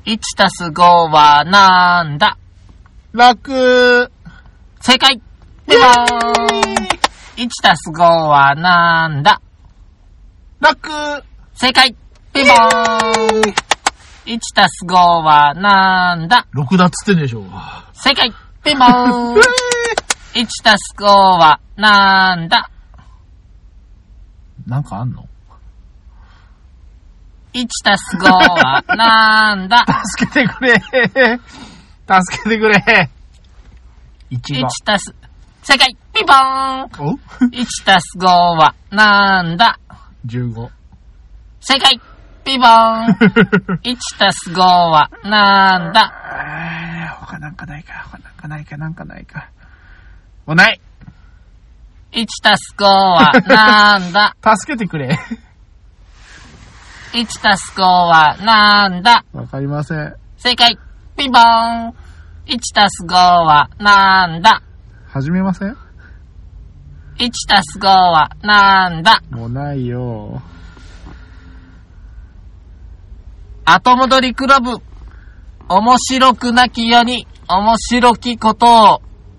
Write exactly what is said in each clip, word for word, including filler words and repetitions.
いちたすごはなんだ？ 楽。 正解。ピンポーン。いちたすごはなんだ？ 楽。 正解。ピンポーン。いちたすごはなんだ？ ろくだっつってんでしょ。 正解。ピンポーン。いちたすごはなんだ？ なんかあんの？ いちたすごはなんだ？ 助けてくれ。助けてくれ。いちが。 いちたす、正解。ピンポーン。 おいちたすごはなんだ？ じゅうご。 正解。ピンポーン。いちたすごはなんだ？ えー、他なんかないか、他なんかないか、なんかないか。もうない。 いちたすごはなんだ？ 助けてくれ。 いちたすごはなんだ？ わかりません。 正解。ピンポーン。いちたすごはなんだ？ 始めません？ いちたすごはなんだ？ もうないよ。 後戻りクラブ。面白くなきように面白きことを。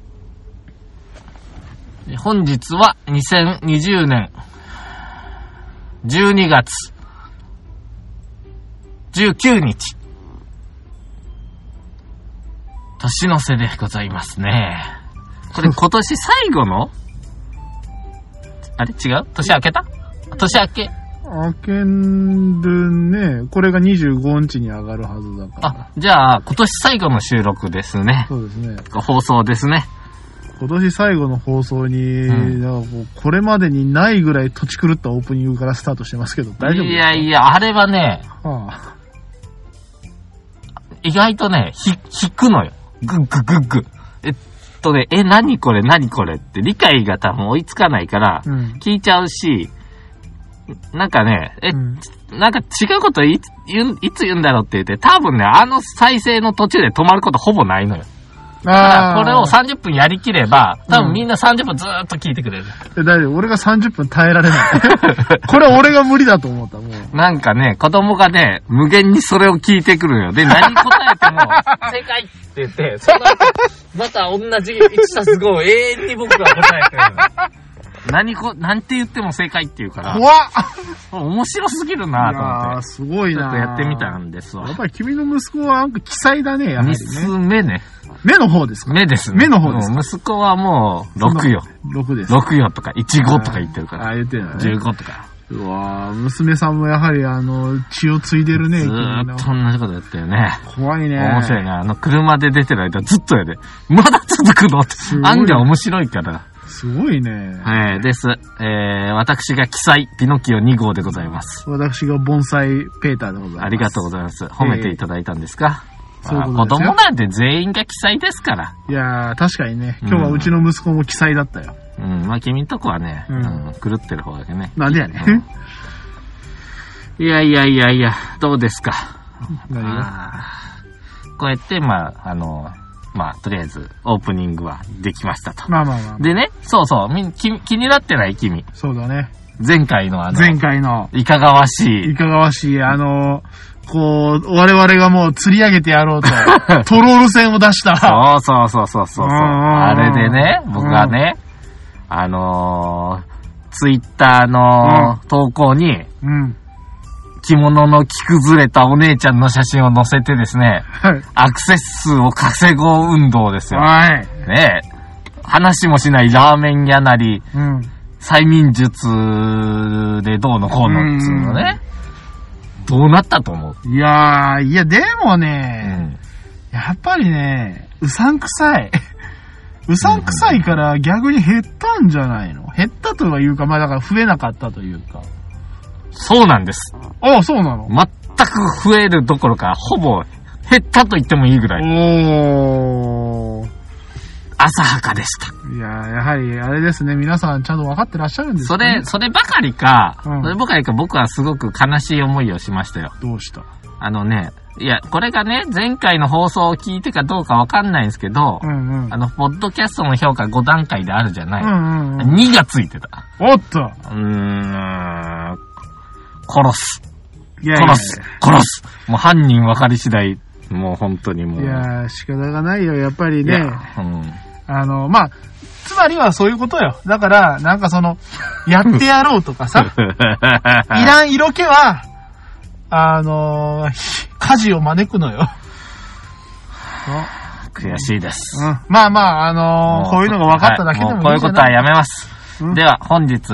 本日はにせんにじゅうねんじゅうにがつじゅうくにち。年の瀬でございますね。これ今年最後のあれ違う？年明けた？年明け開けるね。これがにじゅうごにちに上がるはずだから。 あ、じゃあ今年最後の収録ですね。 そうですね。 放送ですね。 今年最後の放送に、うん、だからこうこれまでにないぐらい土地狂ったオープニングからスタートしてますけど、大丈夫ですか？ いやいや、あれはね、はあ、意外とね、ひ、引くのよ。グッググッグ。えっとね、え、何これ何これって理解が多分追いつかないから、聞いちゃうし、うん、なんかね、え、うん、なんか違うこといつ言う、いつ言うんだろうって言って、多分ね、あの再生の途中で止まることほぼないのよ。だからこれをさんじゅっぷんやりきれば、多分みんなさんじゅっぷんずーっと聞いてくれる。 うん、大丈夫。俺がさんじゅっぷん耐えられない。これ俺が無理だと思った、もう。 なんかね、子供がね、無限にそれを聞いてくるよ。で、何答えても、正解って言って、その後、また同じいちたすごを永遠に僕が答えてる。何こ、なんて言っても正解って言うから。 怖っ面白すぎるなと思って。 いやー、すごいな。 ちょっとやってみたんですわ。 やっぱり君の息子はなんか奇才だね、やはりね。 娘ね。 目の方ですか？ 目ですね。 目の方ですか？ 息子はもう、ろくよ。 ろくです。 ろくよとか、いちごとか言ってるから。 あ、言ってるね。 じゅうごとか。 うわぁ、娘さんもやはりあの、血を継いでるね。 ずーっと同じことやってるね。 怖いね。 面白いね。あの、車で出てる間ずっとやで。まだ続くのって。案外面白いから。 すごいね。 はい、です。えー、私が記載、ピノキオに号でございます。 私が盆栽ペーターでございます。 ありがとうございます。褒めていただいたんですか？ えー、そういう子供なんて全員が記載ですから。 いやー、確かにね。今日はうちの息子も記載だったよ。 うん、まあ君んとこはね、うん、うん、狂ってる方だけどね。 なんでやね、 うん。いやいやいやいや、どうですか？ 何が？ こうやって、まあ、あの、まあ、とりあえず、オープニングはできましたと。 まあまあまあ、まあ。 でね、そうそう、み気、気になってない君。 そうだね。 前回のあの、 前回の、 いかがわしい。 いかがわしい、あの、こう、我々がもう釣り上げてやろうと、トロール船を出した。 そうそうそうそうそう。あれでね、僕はね、あのー、ツイッターの投稿に、うん、着物の着崩れたお姉ちゃんの写真を載せてですね、はい、アクセス数を稼ごう運動ですよ。はい。ねえ、話もしないラーメン屋なり、うん、催眠術でどうのこうのっつうのね。どうなったと思う？ いやー、いやでもね、うん、やっぱりね、うさんくさい。うさんくさいから逆に減ったんじゃないの？減ったとはいうか、まあだから増えなかったというか。 そうなんです。 ああ、そうなの？ 全く増えるどころか、ほぼ減ったと言ってもいいぐらい。おー。浅はかでした。 いやー、やはりあれですね、皆さんちゃんと分かってらっしゃるんですかね。それ、そればかりか、うん、そればかりか僕はすごく悲しい思いをしましたよ。 どうした？ あのね、いや、これがね、前回の放送を聞いてかどうかわかんないんですけど、うんうん、あの、ポッドキャストの評価ごだんかいであるじゃない。うんうんうん、にがついてた。 おっと！ うーん、殺す。 いやいやいや殺す。殺す。もう犯人分かり次第、 もう本当にもう。 いやー、仕方がないよ、やっぱりね。 うん。 あの、まあ、つまりはそういうことよ。だから、なんかその、やってやろうとかさ、いらん色気は、あのー、火事を招くのよ。 悔しいです。 うん。まあまあ、あのー、こういうのが分かっただけでもいいんじゃない、 はい、もうこういうことはやめます。うん、では、本日、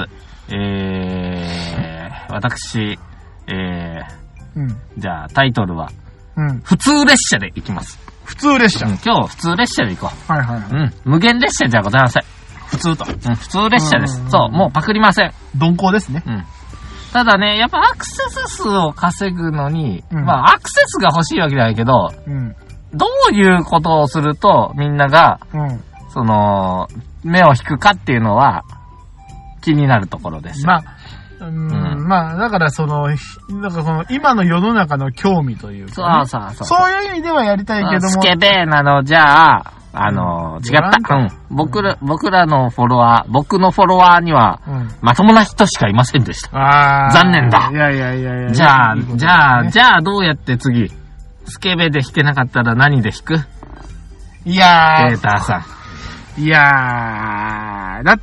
えー、私、えー、うん、じゃあ、タイトルは、うん、普通列車で行きます。 普通列車、 うん、今日普通列車で行こう。はいはいはい。 うん。無限列車じゃございません。 普通と。 うん、普通列車です。そう、もうパクりません。 鈍行ですね。 うん。ただね、やっぱアクセス数を稼ぐのに、うん、まあアクセスが欲しいわけじゃないけど、うん、どういうことをするとみんなが、うん、その、目を引くかっていうのは気になるところです。 まあ、うん、うん、まあ、だからその、なんかその、今の世の中の興味というか、ね、 そうそうそう。 そういう意味ではやりたいけども。 スケベーなのじゃあ、あの、うん、違った。うん。僕ら、僕らのフォロワー、僕のフォロワーには、うん、まともな人しかいませんでした。 ああ。 残念だ。 いやいやいやいや。 じゃあ、いいね、じゃあ、じゃあどうやって次、スケベで弾けなかったら何で弾く？ いやー。 ペーターさん。いやー、だって、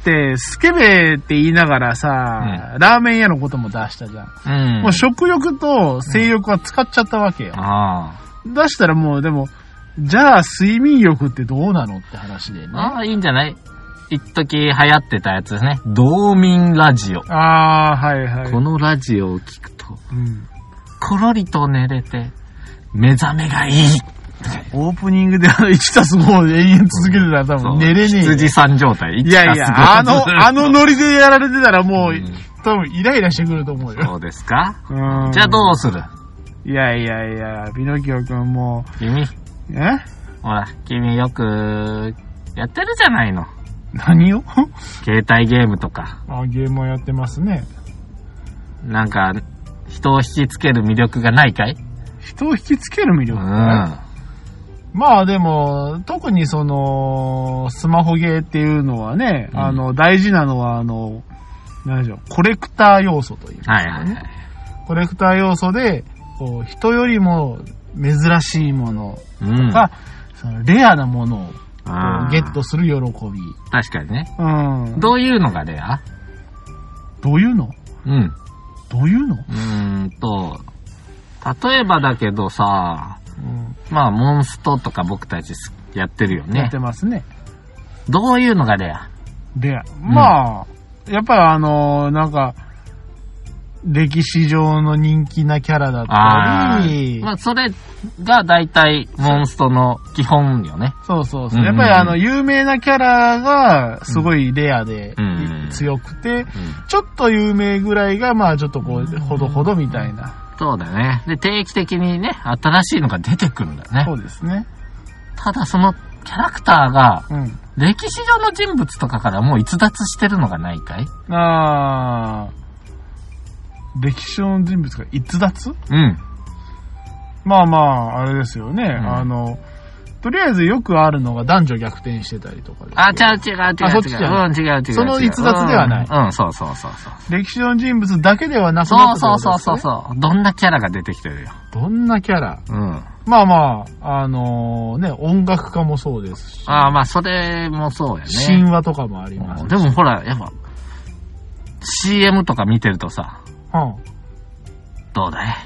スケベって言いながらさ、うん、ラーメン屋のことも出したじゃん。うん。もう食欲と性欲は使っちゃったわけよ。うん、ああ。出したらもう、でも、じゃあ睡眠欲ってどうなのって話でね。 ああ、いいんじゃない？一時流行ってたやつですね。道民ラジオ。 ああ、はいはい。 このラジオを聞くと、うん、コロリと寝れて、目覚めがいい。 オープニングであのいちたすごを永遠続けてたら多分寝れねえ。 羊さん状態。 いやいや、あの、あのノリでやられてたらもう、うん、多分イライラしてくると思うよ。 そうですか？うん。じゃあどうする？ いやいやいや、ピノキオくんもう。 君。 え？ ほら、君よく、やってるじゃないの。 何を？ 携帯ゲームとか。 あ、ゲームはやってますね。 なんか、人を引きつける魅力がないかい？ 人を引きつける魅力かい？うん。まあでも、特にその、スマホゲーっていうのはね、うん、あの、大事なのは、あの、何でしょう、コレクター要素という、ね。はいはいはい。コレクター要素で、こう、人よりも珍しいものとか、うん、そのレアなものをゲットする喜び。 確かにね。うん。どういうのがレア？ どういうの？ うん。 どういうの？うーんと、例えばだけどさ、うん、まあ、モンストとか僕たちやってるよね。 やってますね。 どういうのがレア？ レア。まあ、うん、やっぱりあのー、なんか、歴史上の人気なキャラだったり。 あまあ、それが大体モンストの基本よね。 そうそうそう。うんうんうん、やっぱりあの、有名なキャラがすごいレアで強くて、うんうん、ちょっと有名ぐらいがまあちょっとこう、ほどほどみたいな。 そうだね。で、定期的にね、新しいのが出てくるんだよね。 そうですね。 ただそのキャラクターが、うん、歴史上の人物とかからもう逸脱してるのがないかい？ あー。歴史上の人物が逸脱？ うん。 まあまあ、あれですよね。うん、あの、とりあえずよくあるのが男女逆転してたりとかです。 あ、違う違う違う違う。あ、 そっちじゃない。うん、 違う違う。 その逸脱ではない。 うん、うん、そうそうそうそう。 歴史上の人物だけではなくなってそうそうそうそう。どんなキャラが出てきてるよ。 どんなキャラ？ うん。 まあまあ、あのー、ね、音楽家もそうですし。 ああ、まあそれもそうやね。 神話とかもあります。 でもほら、やっぱ、シーエム とか見てるとさ、うん。どうだい？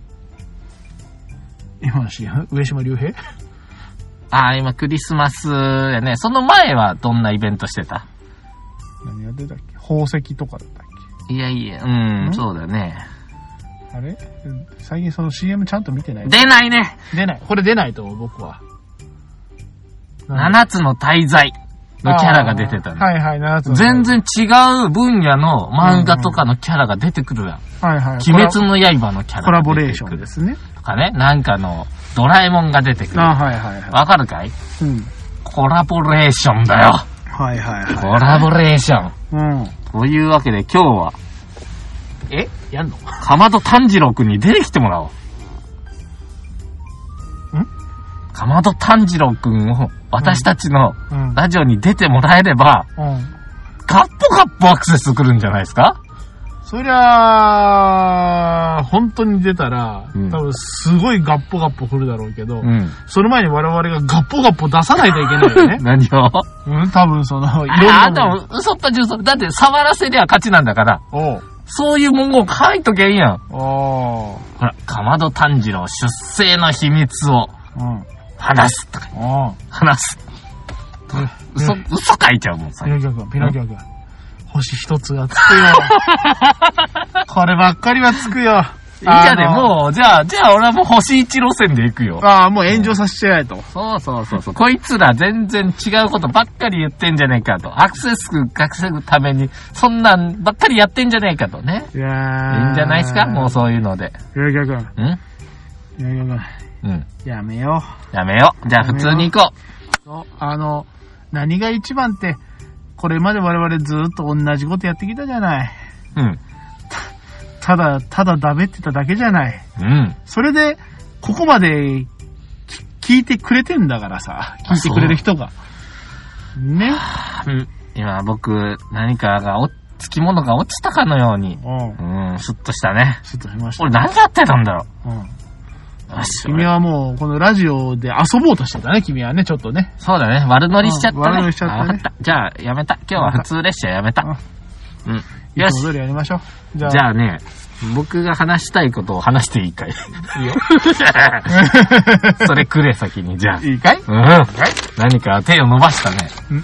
今の シーエム？ 上島竜兵？ ああ、今クリスマスやね。その前はどんなイベントしてた？ 何やってたっけ？宝石とかだったっけ？いやいや、うん、んそうだね。 あれ？最近その シーエム ちゃんと見てない？ 出ないね！ 出ない。これ出ないと思う、僕は。 七つの大罪のキャラが出てたね。 はいはい、七つの。 全然違う分野の漫画とかのキャラが出てくるやん。 はいはい。 鬼滅の刃のキャラが出てくる。 コラボレーションですね。 とかね、なんかのドラえもんが出てくる。 あ、はいはいはい。 わかるかい？うん。コラボレーションだよ。 はいはいはい。 コラボレーション。 うん。 というわけで今日は、 え？やんの？ かまど炭治郎くんに出てきてもらおう。 ん？ かまど炭治郎くんを私たちのラジオに出てもらえれば、うんうん、ガッポガッポアクセス来るんじゃないですか？ そりゃあ、本当に出たら、うん、多分すごいガッポガッポ振るだろうけど、うん、その前に我々がガッポガッポ出さないといけないよね。 何をうん、多分その、いろんな。 あ、あんたも嘘っぱじ嘘。だって触らせりゃ勝ちなんだから。おうそういう文言書いとけんやん。おほら、かまど炭治郎出生の秘密を、話すとか。話す。嘘、嘘書いちゃうもんさ。 ピノキオ君、ピノキオ君。星一つがつくよ。こればっかりはつくよ。 いいじゃね、もう、じゃあ、じゃあ俺はもう星一路線で行くよ。 ああ、もう炎上させちゃえと。 そうそうそうそう。こいつら全然違うことばっかり言ってんじゃねえかと。アクセス稼ぐために、そんなんばっかりやってんじゃねえかとね。いやー。いいんじゃないですかもうそういうので。 いやいやいや。んいやいやいや。 うん。 やめよう。やめよう。じゃあ普通に行こう。 そう。あの、何が一番って、これまで我々ずーっと同じことやってきたじゃない。うん。ただ、ただだべってただけじゃない。うん。それで、ここまで、聞いてくれてんだからさ。聞いてくれる人が。ね。 うん。今僕、何かがお、つきものが落ちたかのように。うん。うん、スッとしたね。 スッとしました。 俺何やってたんだろう。うん。 君はもう、このラジオで遊ぼうとしてたね、君はね、ちょっとね。 そうだね。悪乗りしちゃったね。 悪乗りしちゃったね。 じゃあ、やめた。今日は普通列車やめた。 うん。よし。いつも通りやりましょう。 じゃあ、じゃあね、僕が話したいことを話していいかい？いいよ。それくれ、先に。じゃあ。 いいかい？ うん。何か手を伸ばしたね。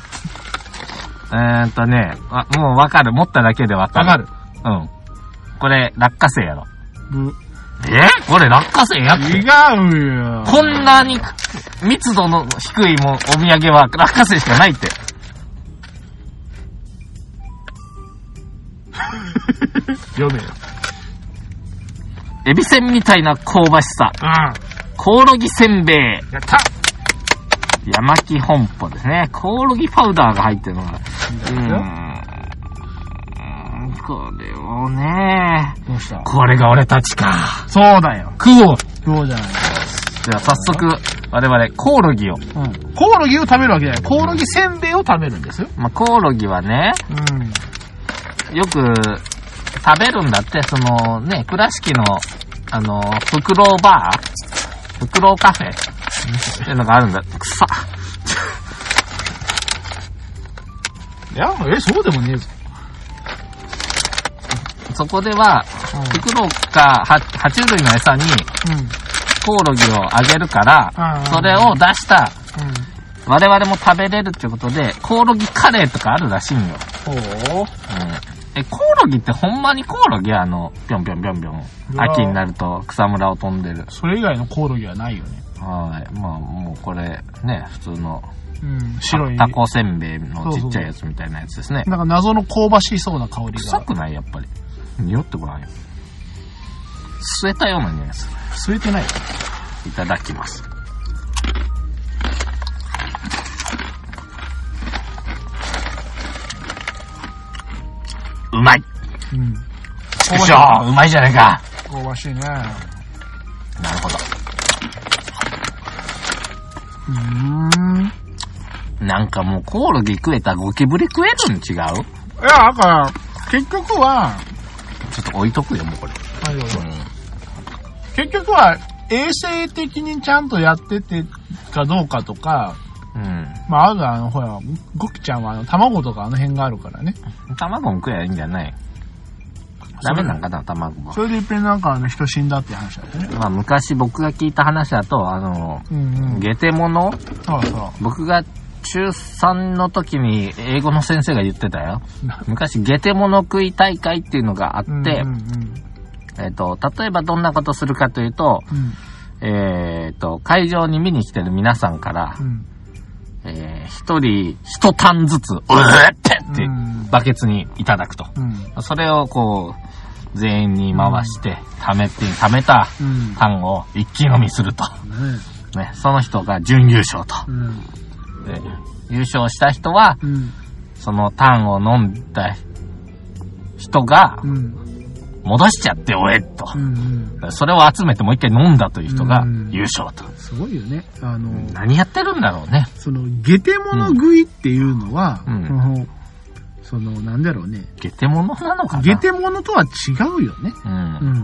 えーっとね、あ、もうわかる。持っただけでわかる。 わかる。 うん。これ、落花生やろ。ぶ。え？これ落花生やって。違うよ。 こんなに密度の低いもん、お土産は落花生しかないって。 読めよ。 エビせんみたいな香ばしさ。うん。コオロギせんべい。やった山木本舗ですね。コオロギパウダーが入ってるのが。うん。これをね。 どうした？ これが俺たちか。 そうだよ。 食おう。 食おうじゃない。 じゃあ早速、我々、コオロギを。うん。 コオロギを食べるわけじゃない。コオロギせんべいを食べるんですよ。 まあ、コオロギはね、うん。よく、食べるんだって、そのね、倉敷の、あの、フクロウバーフクロウカフェっていうのがあるんだ。くさ。 いや、え、そうでもねえぞ。 そこでは、うん、フクロウか、は、爬虫類の餌に、うん、コオロギをあげるから、うん、それを出した、うん、我々も食べれるってことで、コオロギカレーとかあるらしいんよ。ほう。うんえ、コオロギってほんまにコオロギあの、ぴょんぴょんぴょんぴょん。秋になると草むらを飛んでる。 それ以外のコオロギはないよね。 はい。まあ、もうこれ、ね、普通の、 うん、白い。 タコせんべいのちっちゃいやつみたいなやつですね。 なんか謎の香ばしそうな香りが。 臭くないやっぱり。匂ってごらんよ。吸えたような匂いです。 吸えてないよ。 いただきます。うまい。うん。ちくしょう、うまいじゃないか。 香ばしいね。なるほど。 うーん。 なんかもうコオロギ食えたらゴキブリ食えるん違う？いや、 だから、結局は、 ちょっと置いとくよ、もうこれ。はい、どうぞ。 結局は、衛生的にちゃんとやっててかどうかとか、うん。まあ、あるあの、ほら、ゴキちゃんはあの、卵とかあの辺があるからね。 卵も食えばいいんじゃない？ダメなんかな、卵も。 それでいっぺんなんかあの、人死んだっていう話だよね。 まあ、昔僕が聞いた話だと、あの、うんうん、ゲテモノ？そうそう。僕が中さんの時に英語の先生が言ってたよ。昔、ゲテモノ食い大会っていうのがあって、うんうんうん、えっと、例えばどんなことするかというと、うん、えっと、会場に見に来てる皆さんから、うんえー、一人一タンずつ、うーってって、バケツにいただくと。うん、それをこう、全員に回して、溜めて、溜めたタンを一気飲みすると。うん、ね、その人が準優勝と。うんで優勝した人は、うん、そのタンを飲んだ人が、戻しちゃっておえっと、うんうん。それを集めてもう一回飲んだという人が優勝と。うんうん、 すごいよね。あのー、 何やってるんだろうね。 その、ゲテモノ食いっていうのは、うん、 その、なんだろうね。 ゲテモノなのかな。 ゲテモノとは違うよね。 うん。うん。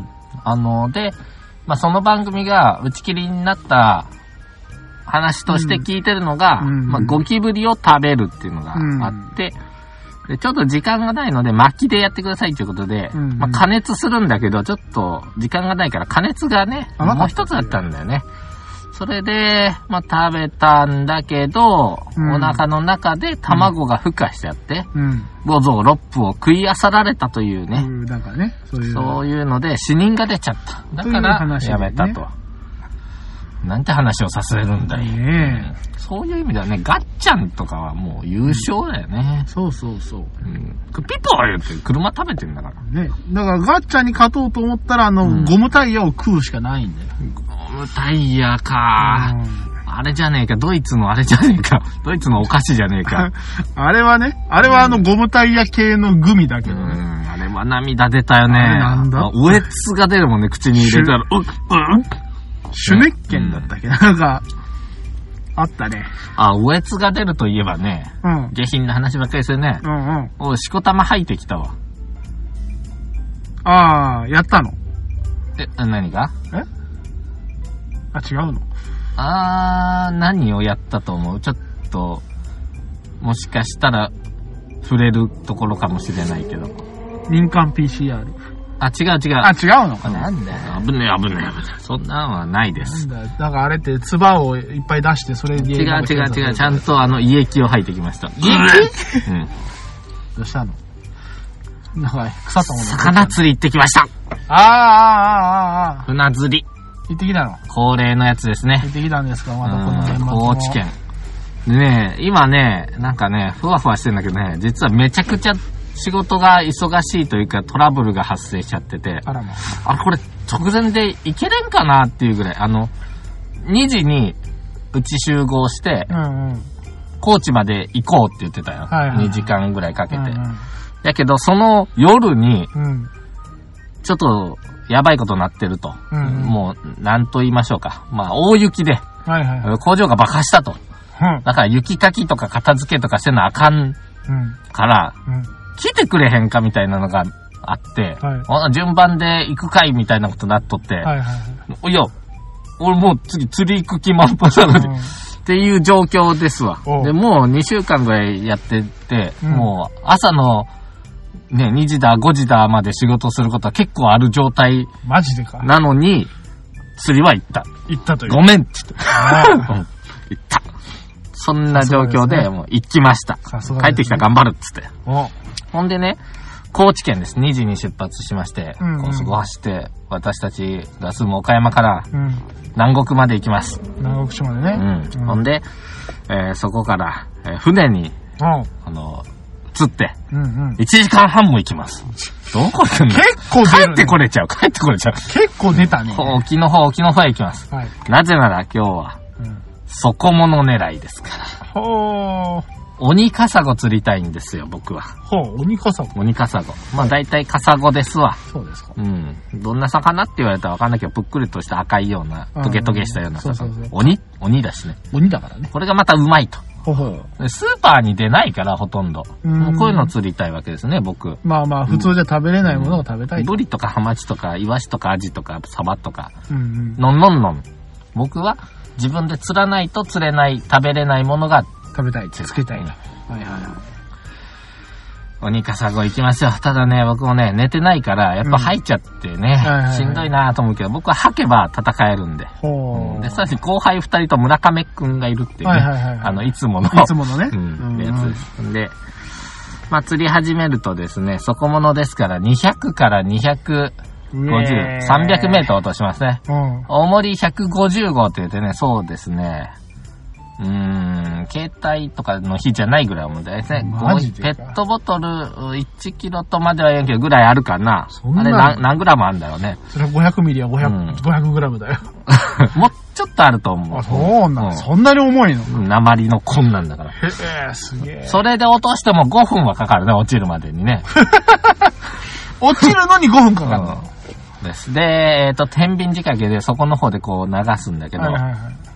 あの、で、まあ、その番組が打ち切りになった話として聞いてるのが、うん、まあ、ゴキブリを食べるっていうのがあって、うん、でちょっと時間がないので薪でやってくださいということで、うんうん、まあ、加熱するんだけど、ちょっと時間がないから加熱がね、もう一つだったんだよね。それで、まあ、食べたんだけど、うん、お腹の中で卵が孵化しちゃって、うん、五臓六腑を食い漁られたというね。うん、なんかねそういう、そういうので死人が出ちゃった。だからやめたと。ね、なんて話をさせるんだよ、ね。そういう意味ではね、ガッチャンとかはもう優勝だよね。 うん、そうそうそう。うん、 ピポー言って車食べてんだから。 ね。だからガッチャンに勝とうと思ったら、あの、うん、ゴムタイヤを食うしかないんだよ。 ゴムタイヤか、うん、あれじゃねえか、ドイツのあれじゃねえか。ドイツのお菓子じゃねえか。 あれはね、あれはあのゴムタイヤ系のグミだけどね。うん、 あれは涙出たよね。なんだウエッツが出るもんね、口に入れたら。うっ、うんシュネッケンだったっけ、うん、なんか、あったね。 あ、ウエツが出るといえばね、うん、下品な話ばっかりするね。うんうん。おい、しこたま吐いてきたわ。 ああ、やったの？ え、何が？ え？あ、違うの？ あー、何をやったと思う？ちょっと、もしかしたら、触れるところかもしれないけど。 民間 ピーシーアール。 あ、違う違う。 あ、違うのかな。 なんだよ。危ねえ危ねえ危ねえ。そんなのはないです。 なんだよ。だからあれって唾をいっぱい出して、それで。 違う違う違う。ちゃんとあの、胃液を吐いてきました。 胃液？うん。どうしたの？なんか、腐ったもの。 魚釣り行ってきました。 ああ、ああ、ああ。 船釣り。 行ってきたの？ 恒例のやつですね。 行ってきたんですか、まだこの年末。 高知県。でね、今ね、なんかね、ふわふわしてんだけどね、実はめちゃくちゃ、仕事が忙しいというかトラブルが発生しちゃってて、あらまあ、あれこれ直前で行けれんかなっていうぐらい、あの、にじにうち集合して、うんうん、高知まで行こうって言ってたよ。はいはいはい、にじかんぐらいかけて。うんうん、やけどその夜に、ちょっとやばいことになってると。うんうん、もう、なんと言いましょうか。まあ大雪で、はいはいはい、工場が爆破したと。うん、だから雪かきとか片付けとかしてなあかんから、うんうん来てくれへんかみたいなのがあって、はい、順番で行くかいみたいなことになっとって、はいはいはい、いや、俺もう次釣り行く気満々なのに、っていう状況ですわ。で、もうにしゅうかんぐらいやってて、うん、もう朝のね、にじだ、ごじだまで仕事することは結構ある状態なのに、釣りは行った。 行ったという。 ごめんって言って。行った。そんな状況でもう行きました。帰ってきたら頑張るっつって。ほんでね、高知県です。にじに出発しまして、うんうん、高速を走って、私たちが住む岡山から、南国まで行きます。 南国市までね。 うん。ほんで、えー、そこから、えー、船に、あの、釣って、うんうん、いちじかんはんも行きます。どこ行くんだ？ 結構出る、ね。帰ってこれちゃう。帰ってこれちゃう。 結構出たね。 沖の方、沖の方へ行きます。はい、なぜなら今日は、うん、底物狙いですから。ほー。鬼カサゴ釣りたいんですよ、僕は。 ほう、鬼カサゴ。 鬼カサゴ。まあ大体カサゴですわ。 そうですか。 うん。どんな魚って言われたらわかんないけど、ぷっくりとした赤いような、トゲトゲしたような魚。そうそうそう。鬼鬼だしね。 鬼だからね。 これがまたうまいと。ほほう。スーパーに出ないから、ほとんど。うんもうこういうの釣りたいわけですね、僕。 まあまあ、普通じゃ食べれないものを食べたい、うん。 ブリとかハマチとか、イワシとかアジとか、サバとか。うんうん。のんのんのん。僕は自分で釣らないと釣れない、食べれないものが食べたい、つけたい。はいはいはい。 鬼カサゴ行きますよ。ただね、僕もね、寝てないから、やっぱ吐いちゃってね、うんはいはいはい、しんどいなと思うけど、僕は吐けば戦えるんで。ほー。で、さらに後輩二人と村上くんがいるっていうね、はいはいはいはい、あの、いつもの。 いつものね。 うん、やつです。で、まあ、釣り始めるとですね、底物ですから、にひゃくからにひゃくごじゅう、さんびゃくメートル落としますね。うん、大盛りひゃくごじゅう号って言ってね、そうですね、うーん、携帯とかの日じゃないぐらい重いですね。ペットボトルいちキロとまでは言えんけどぐらいあるかな。そんなあれ何、何グラムあるんだろうね。 それはごひゃくミリはごひゃく、うん、ごひゃくグラムだよ。 もうちょっとあると思う。 あ、そうなん、うん、そんなに重いの？ 鉛のこんなんだから。へえ、すげえ。 それで落としてもごふんはかかるね、落ちるまでにね。 落ちるのにごふんかかるの、 うん、です。で、えっと、天秤仕掛けでそこの方でこう流すんだけど、はいはいはい、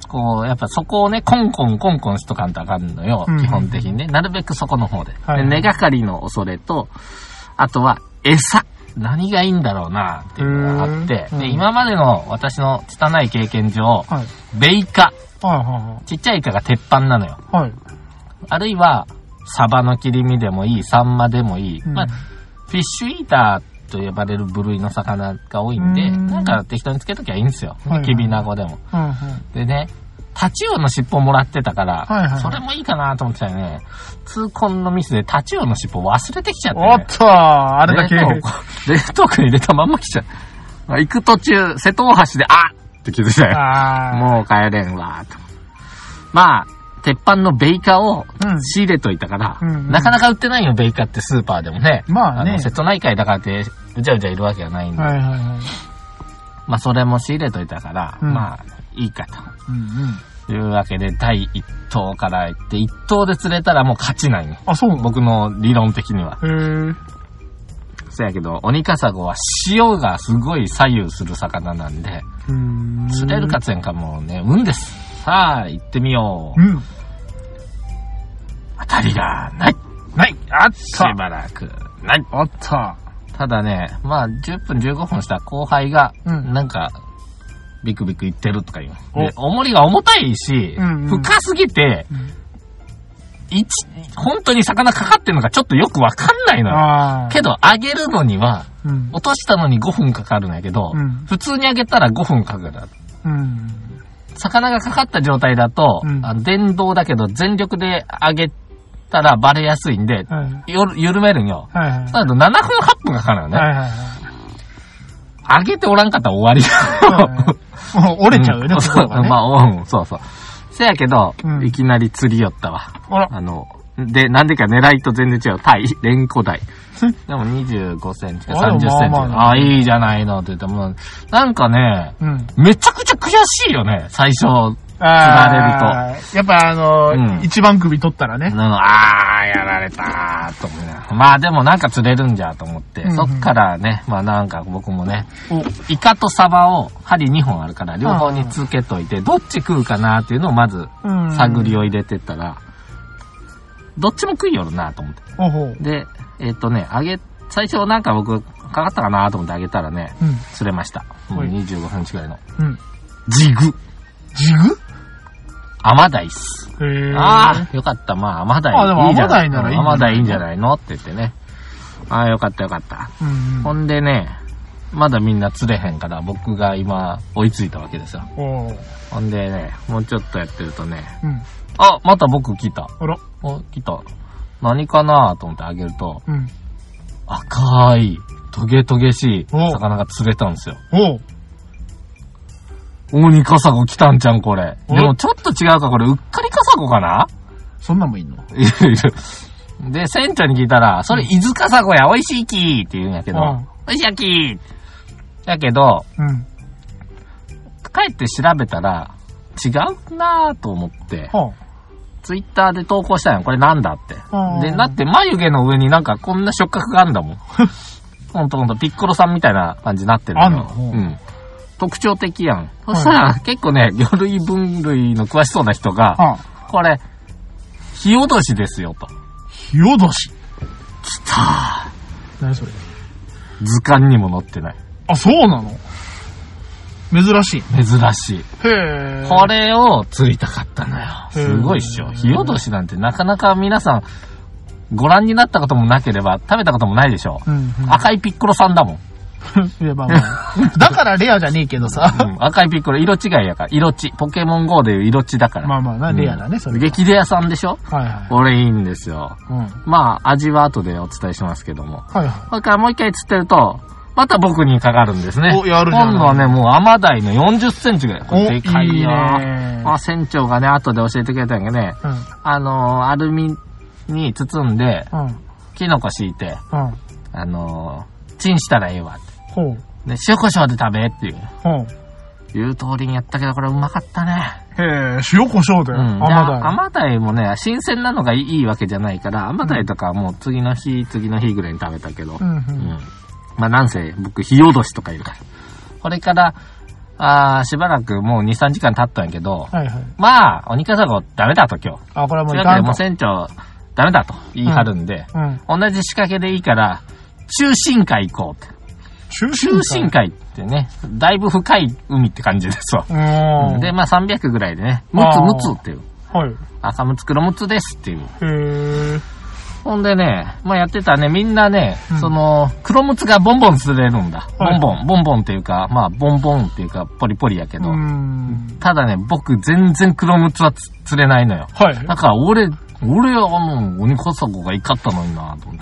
こう、やっぱそこをね、コンコンコンコンしとかんとあかんのよ。うん、基本的にね。なるべくそこの方で。はい、で根がかりの恐れと、あとは餌。何がいいんだろうなっていうのがあって、で、今までの私の拙い経験上、はい、ベイカ、はいはいはい。ちっちゃいイカが鉄板なのよ。はい、あるいは、サバの切り身でもいい、サンマでもいい。うん、まあ、フィッシュイーターと呼ばれる部類の魚が多いんで、んなんか適当につけときゃいいんですよ。はいはい、キビナゴでも、はいはい。でね、タチウオの尻尾もらってたから、はいはいはい、それもいいかなと思ってたよね。痛恨のミスでタチウオの尻尾忘れてきちゃって、ね。おっとー、あれだけ。冷凍庫に入れたまんま来ちゃう。行く途中、瀬戸大橋で、あっって気づいたよ。もう帰れんわーと。まあ、鉄板のベイカを仕入れといたから、うんうんうん、なかなか売ってないよ、ベイカってスーパーでもね。まあね。あの、瀬戸内海だからって、うじゃうじゃいるわけはないんで。はいはいはい、まあ、それも仕入れといたから、うん、まあ、いいかと。うんうん、いうわけで、第一頭から行って、一頭で釣れたらもう勝ちないね。あ、そう？僕の理論的には。へー。そうやけど、オニカサゴは潮がすごい左右する魚なんで、うーん釣れるか釣れんかもうね、運です。さあ、行ってみよう。うん。当たりがない。ない。あった。しばらくない。あった。ただね、まあ、じゅっぷんじゅうごふんした後輩が、うん、なんか、ビクビク言ってるとか言う。で、重りが重たいし、うんうん、深すぎて、うん、一、本当に魚かかってるのかちょっとよくわかんないのよ。けど、揚げるのには、うん、落としたのにごふんかかるんやけど、うん、普通に揚げたらごふんかかる。うん魚がかかった状態だと、うん、あの電動だけど全力で上げたらバレやすいんで、はい、よ緩めるんよ。はいはい、そうなるとななふんはっぷんかかるよね。はいはいはい、上げておらんかったら終わりだよ。はいはい、折れちゃうよね、うん、そこがね。まあ、うん、そうそう。せやけど、うん、いきなり釣り寄ったわ。あら。あの、で、なんでか狙いと全然違う。タイ、レンコダイ。でもにじゅうごセンチかさんじゅっセンチ。あ、まあまあ、あ、いいじゃないのって言っても、なんかね、うん、めちゃくちゃ悔しいよね、最初、釣られると。やっぱあの、うん、一番首取ったらね。あー、やられたーと思うね。まあでもなんか釣れるんじゃと思って、うんうん、そっからね、まあなんか僕もね、イカとサバを針にほんあるから、両方につけといて、どっち食うかなっていうのをまず、探りを入れてったら、どっちも食いよるなと思って。おほうで、えっ、ー、とね、あげ、最初なんか僕、かかったかなと思ってあげたらね、うん、釣れました。もうにじゅうごセンチくらいの。うん。ジグ。ジグアマダイっす。へー。ああ、よかった。まあ、アマダイ。あ、でもアマダイならいいんじゃないの？アマダイいいんじゃないのって言ってね。ああ、よかったよかった。うんうん、ほんでね、まだみんな釣れへんから僕が今追いついたわけですよ。おほんでね、もうちょっとやってるとね、うん、あ、また僕来た。あら。あ、来た。何かなと思ってあげると、うん、赤い、トゲトゲしい魚が釣れたんですよ。おオニカサゴ来たんちゃんこれ。でもちょっと違うかこれ、うっかりカサゴかなそんなんもいんのいるいる。で、船長に聞いたら、それ伊豆カサゴや、美味しいきって言うんやけど、うん、美味しいやきだけど、うん、帰って調べたら、違うなぁと思って、はあツイッターで投稿したんよ。これなんだって。で、だって眉毛の上になんかこんな触覚があるんだもん。ほんとほんと、ピッコロさんみたいな感じになってるのよ。うん。特徴的やん。そしたら、結構ね、魚類分類の詳しそうな人が、はあ、これ、ヒヨドシですよと。ヒヨドシ来たー。何それ図鑑にも載ってない。あ、そうなの珍しい。珍しい。へー。これを釣りたかったのよ。すごいっしょ。ヒヨドシなんてなかなか皆さんご覧になったこともなければ食べたこともないでしょ。うんうん、赤いピッコロさんだもん。いやまあまあ、だからレアじゃねえけどさ、うん。赤いピッコロ色違いやから。色地。ポケモン ゴー でいう色地だから。まあまあな、レアだね、それ。激レアさんでしょはいはい。これいいんですよ。うん、まあ、味は後でお伝えしますけども。はいはい。それからもう一回釣ってると、また僕にかかるんですね。お、やるじゃん。今度はね、もうアマダイのよんじゅっセンチぐらい。これでかいよ。まあ、船長がね、後で教えてくれたんやけどね、うん、あのー、アルミに包んで、うん、キノコ敷いて、うん、あのー、チンしたらええわって。ほう。で、塩コショウで食べっていう。ほう。言う通りにやったけど、これうまかったね。へえ、塩コショウで。うん。アマダイ。アマダイもね、新鮮なのがいいわけじゃないから、アマダイとかはもう次の日、次の日ぐらいに食べたけど。うん、うん。うんまあなんせ、僕、ヒヨドシとかいるから。これから、 あー、しばらくもうに、さんじかん経ったんやけど、 はいはい。 まあ、鬼笠号ダメだと今日。 あ、これはもうというわけでもういかんと。 船長、ダメだと言い張るんで、 うん。 同じ仕掛けでいいから、中深海行こうって。 中中深海ってね、だいぶ深い海って感じですわ。 うん。 で、まあさんびゃくぐらいでね、ムツムツっていう。 はい。 赤ムツ黒ムツですっていう。 へー。 ほんでね、まあやってたらね、みんなね、 うんその、黒ムツがボンボン釣れるんだ。 はいボンボン、ボンボンっていうか、まあボンボンっていうか、ポリポリやけど。 うん。 ただね、僕全然黒ムツはつ釣れないのよ。 はい。 だから俺、俺はあの、鬼コサゴが怒ったのになと思って。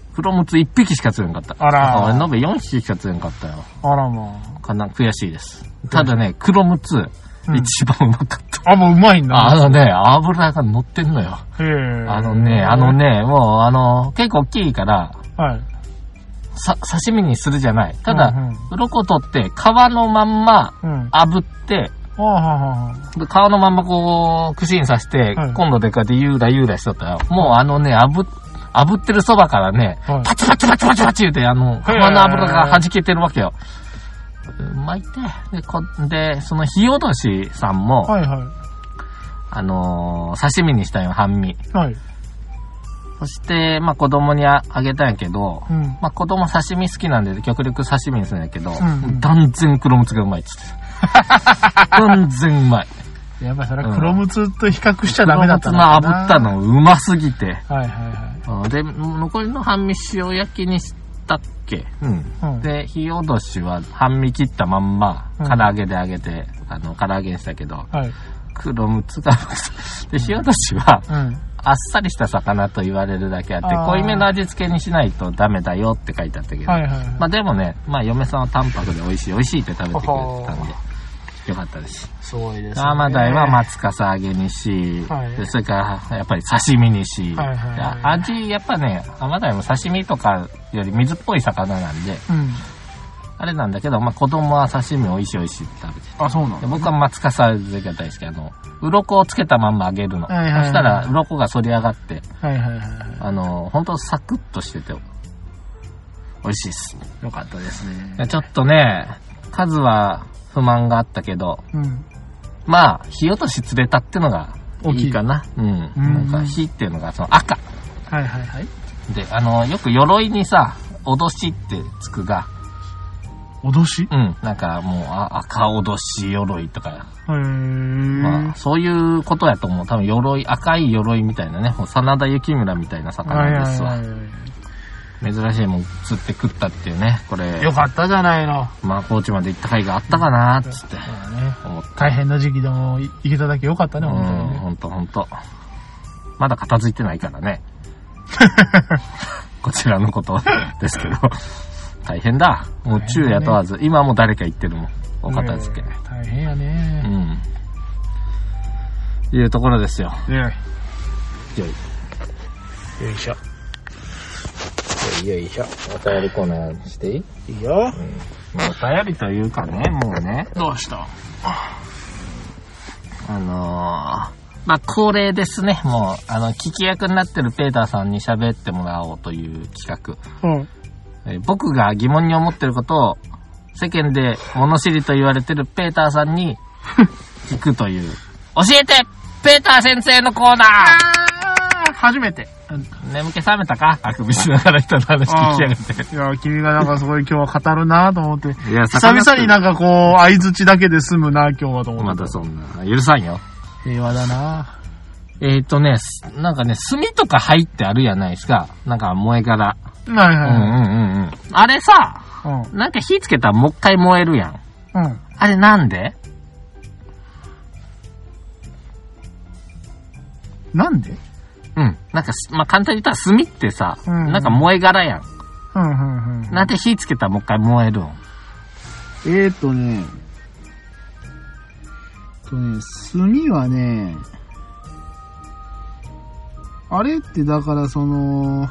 黒ムツいっぴきしか釣れんかった。 あらーだから俺延べよんひきしか釣れんかったよ。 あらまかな、悔しいです。ただね、黒ムツ、 うん一番うまかった。 あ。あ、もううまいんだ。 あのね、油が乗ってんのよ。 へー。 あのね、あの。ね、もうあの、結構大きいから、 はい。 さ、刺身にするじゃない。ただ、 うんうん鱗取って、皮のまんまうん。 炙って、 あははは。 で皮のまんまこう、串に刺して、 はい今度でかでゆーらゆーらしとったら、もうあのね、炙、炙ってるそばからね、 はいパチパチパチパチパチ言うて、あの、皮の油が弾けてるわけよ。うまいって。で、こ、で、その、ひよどしさんも、 はいはい。 あのー刺身にしたよ、半身。 はい。 そして、まあ子供にああげたんやけど、 うん。 まあ子供刺身好きなんで、極力刺身にするんやけど、 んうん断然黒ムツがうまいっつってた。断然うまい。 やっぱりそれは黒ムツと比較しちゃダメだった黒ムツの炙ったのうますぎて。 はいはいはい。 で、残りの半身塩焼きにしたっけうん。 うんで、ひよどしは半身切ったまんま、 うん唐揚げで揚げて、あの、唐揚げにしたけど、 はい。 黒ムツが、で、ひよどしは、 うん。 あっさりした魚と言われるだけあって、 あー濃いめの味付けにしないとダメだよって書いてあったけど、 はいはいはい。 まあでもね、まあ嫁さんは淡白で美味しい美味しいって食べてくれてたんで、よかったです。 すごいですね。 アマダイは松笠揚げにし、 はいでそれからやっぱり刺身にし、 はいはいはいで味やっぱね、アマダイも刺身とかより水っぽい魚なんで、 うん。 あれなんだけど、まあ子供は刺身美味しい美味しいって食べてあ、そうなので僕は松笠揚げが大好き。あの、鱗をつけたまんま揚げるの。 はいはいはいそしたら鱗が反り上がって、 はいはいはいはい。 あの、ほんとサクッとしてて、美味しいっす。 よかったですね。 ちょっとね、数は不満があったけど、 うん。 まあ、火落とし釣れたってのがいいかな。うん。 うんなんか火っていうのがその赤。 はいはいはい。 で、あの、よく鎧にさ、脅しってつくが、 脅しうん。なんかもう、あ赤脅し鎧とか、 へー。 まあ、そういうことやと思う。多分鎧、赤い鎧みたいなね、もう真田幸村みたいな魚ですわ。 はいはいはいはい珍しいもん釣って食ったっていうね、これ。 よかったじゃないの。 まあ、高知まで行った甲斐があったかなーっつってそうだね。 思った。 大変な時期でもい行けただけよかったね、 うん、 本当にね。 ほんとほんと。まだ片付いてないからね。こちらのことですけど。大変だ。もう昼夜問わず。今も誰か言ってるもん。お片付け。 ねえ大変やうね。 ん。いうところですよ。 よい。 よい。 よいしょ。 よいしょ。お便りコーナーしていい？ いいよ。 まあ、お便りというかね、もうね。 どうしたあのー、まあ、恒例ですね。もう、あの、聞き役になってるペーターさんに喋ってもらおうという企画。 うん。 えー僕が疑問に思ってることを世間で物知りと言われてるペーターさんに聞くという。教えてペーター先生のコーナーあー初めて。 眠気覚めたかあくびしながら人の話聞きやがって。 いや、君がなんかすごい今日は語るなと思って。 いや、 久々になんかこう、相槌だけで済むな、今日はと思って。 またそんな。許さんよ。 平和だなえっとね、すなんかね、炭とか灰ってあるやないですか。なんか燃え殻。 はいうんはうんうんうん。あれさ、 いはい。うん。 なんか火つけたらもう一回燃えるやん。 うん。 あれなんでなんでうん。なんかす、まあ、簡単に言ったら炭ってさ、 うんなんか燃え殻やん。 うんうんうん。 なんで火つけたらもう一回燃えるんえーとね、とね、炭はね、あれってだからその、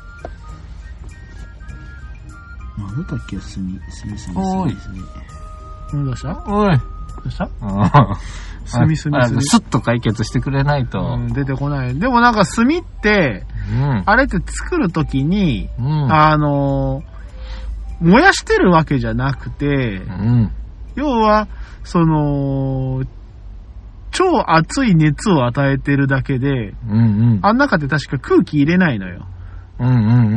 なんだったっけ、炭、炭、炭、 おい炭、炭。どうしたどおい。 うした炭炭炭炭スッと解決してくれないと。 うん、出てこない。でもなんか炭って、 うん。 あれって作るときに、 うん。 あのー、燃やしてるわけじゃなくてう、ん。 要は、その、超熱い熱を与えてるだけで、 うんうん、 あん中で確か空気入れないのよ。 うんうんうんうん。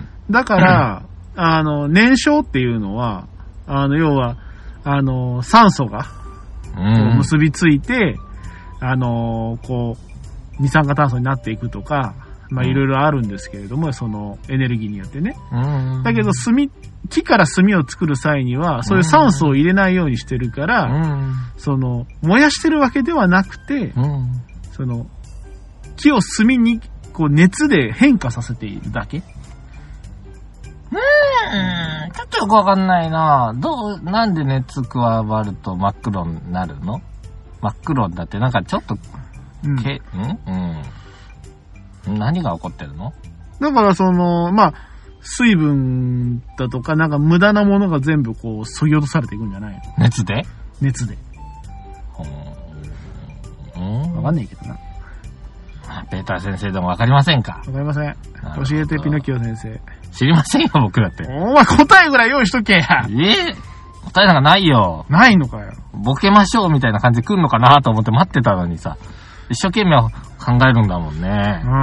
だから、あの、燃焼っていうのは、あの、要は、あの、酸素が、こう結びついて、うん、あの、こう、二酸化炭素になっていくとか、まあ、いろいろあるんですけれども、そのエネルギーによってね。 うん、 だけど、炭、木から炭を作る際には、そういう酸素を入れないようにしてるから、うん、その、燃やしてるわけではなくて、うん、その、木を炭に、こう、熱で変化させているだけ。 うーん、ちょっとよくわかんないな。どう、なんで熱加わると真っ黒になるの？真っ黒だってなんかちょっと、うん、け、んうん。何が起こってるの？ だからその、まあ、水分だとか、なんか無駄なものが全部こう、削ぎ落とされていくんじゃないの？ 熱で？ 熱で。 うん。 わかんないけどな。 ペーター先生でもわかりませんか？ わかりません。教えて、ピノキオ先生。 知りませんよ、僕だって。 お前答えぐらい用意しとけや。 ええ答えなんかないよ。 ないのかよ。 ボケましょうみたいな感じで来るのかなと思って待ってたのにさ。一生懸命考えるんだもんね。 うん。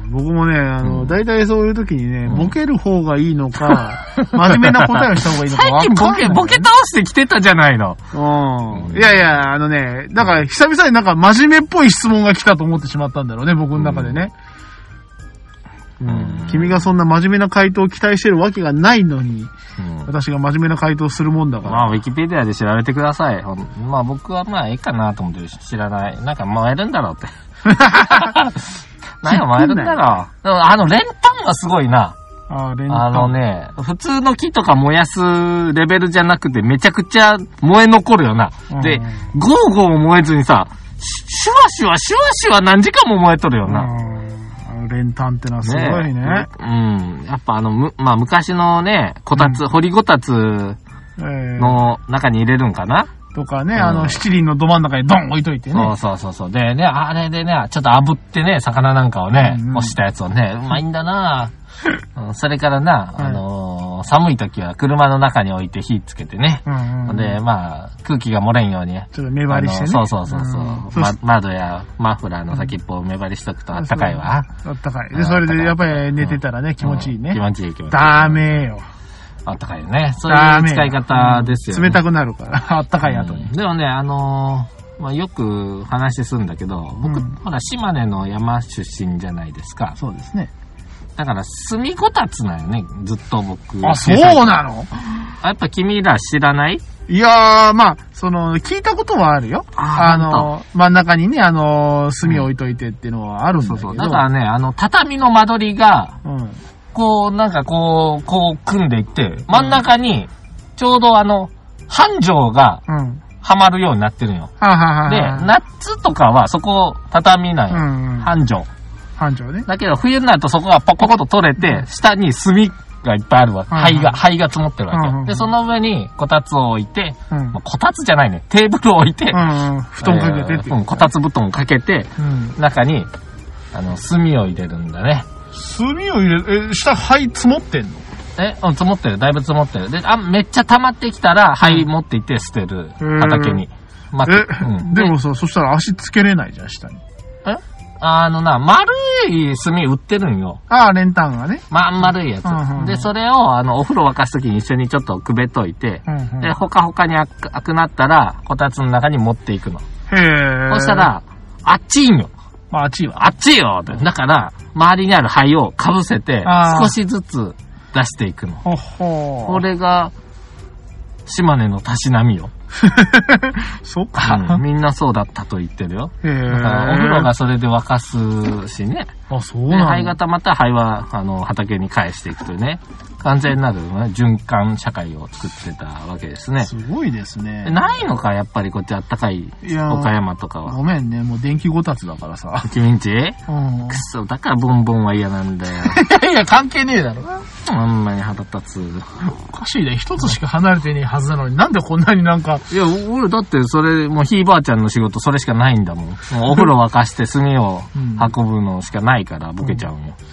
僕もね、あの、だいたいそういう時にね、ボケる方がいいのか、真面目な答えをした方がいいのか最近ボケ、ボケ倒してきてたじゃないの。 うん。いやいや、あのね、だから久々になんか真面目っぽい質問が来たと思ってしまったんだろうね、僕の中でね。うん、君がそんな真面目な回答を期待してるわけがないのに、うん、私が真面目な回答をするもんだから。 まあ、ウィキペディアで調べてください。まあ、僕はまあ、いいかなと思って知らない。なんか、燃えるんだろうって。何が燃えるんだろう。でも、あの、練炭がすごいな。 あ, 練炭あのね、普通の木とか燃やすレベルじゃなくて、めちゃくちゃ燃え残るよな。うん、で、ゴーゴー燃えずにさ、シュワシュワ、シュワシュワ何時間も燃えとるよな。うん練炭ってのはすごいね。 ねうん。やっぱあの、む、まあ、昔のね、こたつ、うん、掘りごたつの中に入れるんかな、 えー、とかね、うん、あの、七輪のど真ん中にドン置いといてね。 そうそうそうそう。でね、あれでね、ちょっと炙ってね、魚なんかをね、うんうん、干したやつをね、うまいんだなうん、それからな、あのー、寒い時は車の中に置いて火つけてね。うんうん、で、まあ、空気が漏れんように。 ちょっと目張りしてね。 そうそうそうそう、うんま。窓やマフラーの先っぽを目張りしとくとあったかいわ。 あったかい。で、それでやっぱり寝てたらね、うん、気持ちいいね。 気持ちいい気持ちいい。 ダメよ。 あったかいよね。そういう使い方ですよね。 冷たくなるから、あったかい後に。 うん、でもね、あのー、まあ、よく話するんだけど、僕、うん、ほら、島根の山出身じゃないですか。 そうですね。 だから、炭こたつなんよね、ずっと僕。 あ、そうなの？ やっぱ君ら知らない？ いやー、まあ、その、聞いたことはあるよ。あ, あの、真ん中にね、あの、炭置いといてっていうのはあるんだけど、うん、そうそう。 だからね、あの、畳の間取りが、うん、こう、なんかこう、こう組んでいって、真ん中に、ちょうどあの、半畳が、はまるようになってるよ。 うん、はははで、夏とかはそこ、畳なんよ。うんうん、半畳。 半畳ね。 だけど、冬になるとそこがポコポコと取れて、下に炭がいっぱいあるわけ。灰が、灰が積もってるわけ。うんうん、で、その上にこたつを置いて、うん、まあ、こたつじゃないね。テーブルを置いて、 うんうん、布団かけてっていう、 えー、うん。こたつ布団をかけて、うん、中に、あの、炭を入れるんだね。 炭を入れるえ、下灰積もってんの？ え、うん、積もってる。だいぶ積もってる。で、あ、めっちゃ溜まってきたら、灰持っていって捨てる。うん、畑に。 ま、え、うん、でもさ、そしたら足つけれないじゃん、下に。 えあのな、丸い炭売ってるんよ。 ああ、練炭がね。 まん丸いやつ。うんうん、で、それを、あの、お風呂沸かすときに一緒にちょっとくべといて、うんうん、で、ほかほかにあく、あくなったら、こたつの中に持っていくの。 へー。 そしたら、あっちいんよ。 まあ、あっちいわ。 あっちいよって。だから、周りにある灰をかぶせて、少しずつ出していくの。 ほほー。 これが、島根のたしなみよ。 そっか、 うん。みんなそうだったと言ってるよ。 へー。 だからお風呂がそれで沸かすしね。 あ、そうなんだ。 灰が溜まったら灰は、あの、畑に返していくというね。完全なる、ね、循環社会を作ってたわけですね。 すごいですね。 ないのか、やっぱりこっちあったかい、岡山とかは。 ごめんね、もう電気ごたつだからさ。 君んち？うん。くそ、だからボンボンは嫌なんだよ。 いやいや、関係ねえだろ。 あんまり腹立つ。 おかしいね。一つしか離れてねえはずなのに、なんでこんなになんか。 いや、俺だってそれ、もうひいばあちゃんの仕事それしかないんだもん。もうお風呂沸かして炭を運ぶのしかないから、ボケちゃうんよ。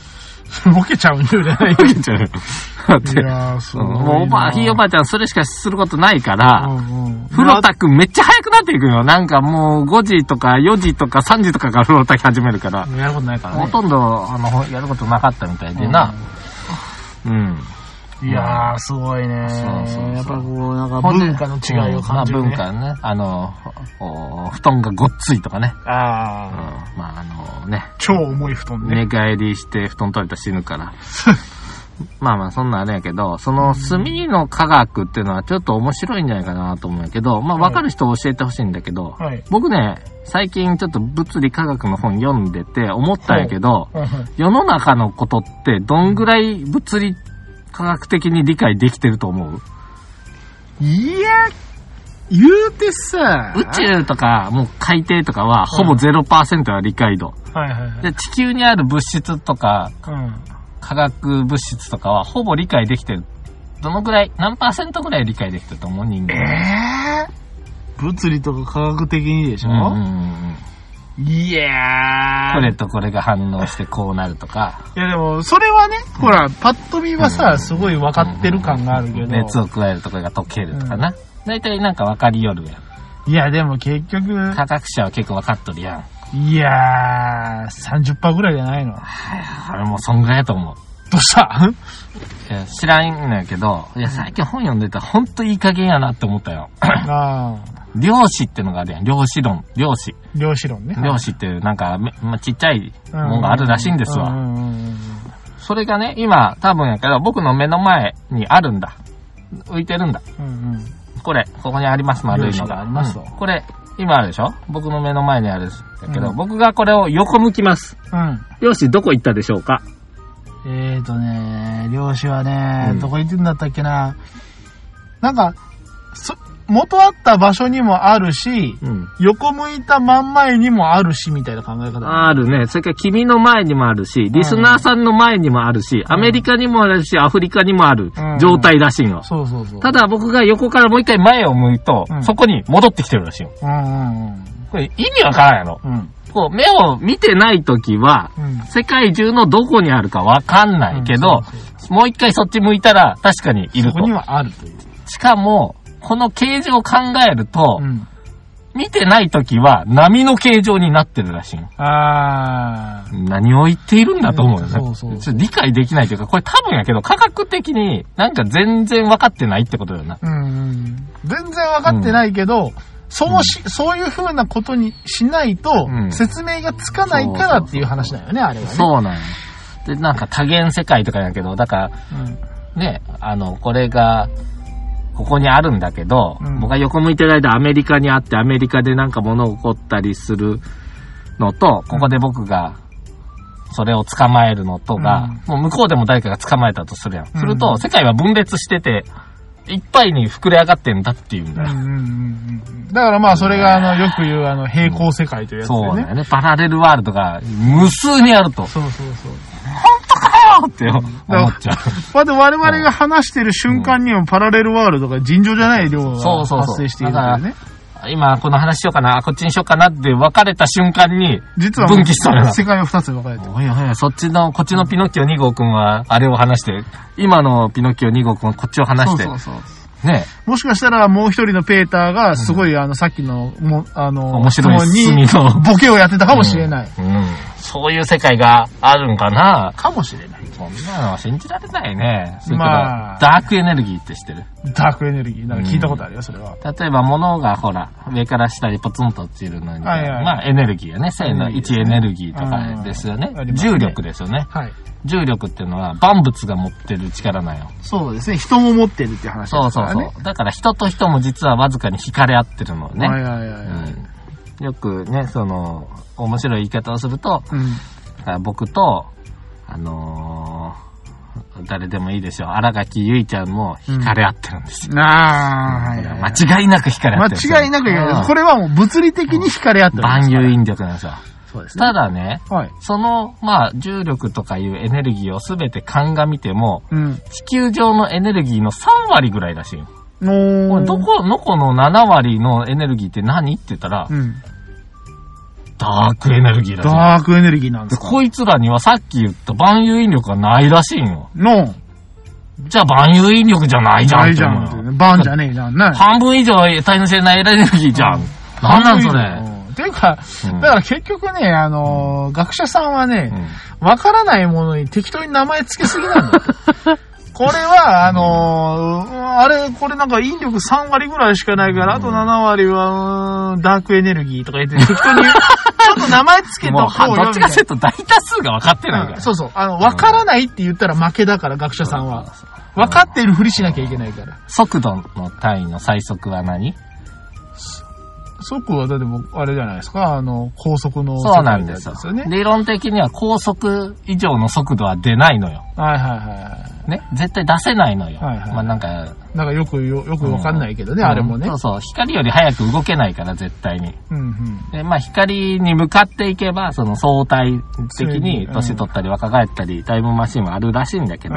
ボケちゃうんじゃないボケちゃうよ。だって、 いやー、そう。 もうおばあ、ひいおばあちゃんそれしかすることないから、 うんうん、 風呂炊くめっちゃ早くなっていくよ。なんかもうごじとかよじとかさんじとかから風呂炊き始めるから。 やることないからね。 ほとんど、あの、やることなかったみたいでな。うん。うんいやー、すごいね。そうそうそう。やっぱこう、なんか文化の違いを感じる、ね。 まあ文化ね。あの、布団がごっついとかね。 ああ、うん。まああのね。 超重い布団ね。 寝返りして布団取れたら死ぬから。まあまあそんなあれやけど、その炭の科学っていうのはちょっと面白いんじゃないかなと思うんやけど、まあわかる人教えてほしいんだけど、はい、僕ね、最近ちょっと物理科学の本読んでて思ったんやけど、はい、世の中のことってどんぐらい物理科学的に理解できてると思う？ いや、言うてさ、 宇宙とかもう海底とかはほぼ ゼロパーセント は理解度。 はいはいはい。 で、地球にある物質とか、うん、化学物質とかはほぼ理解できてる。どのぐらい、何パーセントぐらい理解できてると思う人間？ えー、物理とか科学的にでしょ？うんうんうんいやー。 これとこれが反応してこうなるとか。 いやでも、それはね、うん、ほら、パッと見はさ、うん、すごい分かってる感があるけど。 熱を加えるところが溶けるとかな。だいたいなんか分かりよるやん。いやでも結局。 科学者は結構分かっとるやん。いやー、さんじゅっパーセント ぐらいじゃないの？ はい、俺もうそんぐらいやと思う。 どうしたいや知らんのやけど、いや最近本読んでたらほんといい加減やなって思ったよ。あ量子ってのがあるやん。量子論。量子。 量子論ね。 量子っていうなんか、まあ、ちっちゃいもんがあるらしいんですわ。それがね、今多分やけど僕の目の前にあるんだ。浮いてるんだ。うんうん、これ、ここにあります丸いのが。 ありますと、 うん、これ、今あるでしょ僕の目の前にあるんだけど、うん、僕がこれを横向きます。うん。量子どこ行ったでしょうか？ えーとね、量子はね、うん、どこ行ってんだったっけな。なんか、そ、元あった場所にもあるし、うん、横向いた真ん前にもあるし、みたいな考え方。 あるね。それから君の前にもあるし、リスナーさんの前にもあるし、うん、アメリカにもあるし、アフリカにもある状態らしいの。うん、 そうそうそう。 ただ僕が横からもう一回前を向いと、うん、そこに戻ってきてるらしいよ。うんうんうん、これ意味わからんやろ。うんこう目を見てないときは、うん、世界中のどこにあるかわかんないけど、うん、そうそうそうもう一回そっち向いたら確かにいると。 そこにはあるという。 しかも、この形状を考えると、うん、見てないときは波の形状になってるらしい。あー何を言っているんだと思うよね。そうそうそうちょっと理解できないというか、これ多分やけど科学的になんか全然分かってないってことだよな。うんうん、 全然分かってないけど、うんそうし、うん、そういう風なことにしないと、説明がつかないからっていう話だよね、あれはね。 そうなんよ。で、なんか多元世界とかやけど、だから、うん、ね、あの、これが、ここにあるんだけど、うん、僕が横向いてる間アメリカにあって、アメリカでなんか物起こったりするのと、ここで僕が、それを捕まえるのとが、うん、もう向こうでも誰かが捕まえたとするやん。うん、すると、世界は分裂してて、いっぱいに膨れ上がってんだっていうんだよ。うんうんうん、 だからまあそれがあのよく言うあの平行世界というやつだよね。 そうだよね。パラレルワールドが無数にあると。 そうそうそう。 本当かよって思っちゃう。 まあでも我々が話してる瞬間にもパラレルワールドが尋常じゃない量が発生しているんだよね。 今この話しようかな、こっちにしようかなって分かれた瞬間に実は分岐したよ。 世界を二つに分かれてる。 おいおい、そっちの、こっちのピノッキオに号くんはあれを話して、今のピノッキオに号くんはこっちを話して。そうそうそう。ね、 もしかしたらもう一人のペーターがすごい、うん、あのさっきのもあの面白い質問にボケをやってたかもしれない、 うんうん、そういう世界があるんかなかもしれない。 そんなのは信じられないね。まあダークエネルギーって知ってる？ ダークエネルギーなんか聞いたことあるよ、それは。 例えば物がほら上から下にポツンと落ちるのに、はいはい、まあエネルギーやね。正のいちエネルギーとかですよね。ね重力ですよね。はい。重力っていうのは万物が持ってる力なんよ。 そうですね。人も持ってるっていう話ですからね。そうそうそう。 だから人と人も実はわずかに惹かれ合ってるのね。 はいはいはい、はいうん。よくね、その、面白い言い方をすると、うん、だから僕と、あのー、誰でもいいでしょう。新垣結衣ちゃんも惹かれ合ってるんですよ。うん、ああ、はい、はい。間違いなく惹かれ合ってる。 間違いなく惹かれ合ってる。うん、これはもう物理的に惹かれ合ってる。 万有引力なんですよ。 そうですね、 ただね、はい、その、まあ、重力とかいうエネルギーをすべて鑑みても、うん、地球上のエネルギーのさんわりぐらいらしいよ。これどこ、のこのななわりのエネルギーって何って言ったら、うん、 ダークエネルギーだぞ。 ダークエネルギーなんですか。 こいつらにはさっき言った万有引力がないらしいんよ。 のじゃあ万有引力じゃないじゃん。 ないじゃんって。バンじゃねえじゃん。ね。 半分以上得体の知れないエネルギーじゃん。なんなんそれ。 ていうか、だから結局ね、あのー、学者さんはね、わからないものに適当に名前つけすぎなんだよ。これは、あのー、あれ、これなんか引力さん割ぐらいしかないから、あとなな割は、ダークエネルギーとか言って適当に、ちょっと名前つけとこうよ。 どっちかというと大多数が分かってないから。 うん、そうそう。あの、わからないって言ったら負けだから、学者さんは。分かっているふりしなきゃいけないから。 速度の単位の最速は何？ 速はだってもあれじゃないですか、あの、高速のそうなんですよね。理論的には高速以上の速度は出ないのよ。 はいはいはい。 ね、絶対出せないのよ。はいはい。まあなんか、 なんかよくよ、よくわかんないけどね、うん、あれもね、 うん。そうそう。光より早く動けないから、絶対に。 うんうん。 で、まあ光に向かっていけば、その相対的に年取ったり若返ったり、タイムマシンもあるらしいんだけど、うん、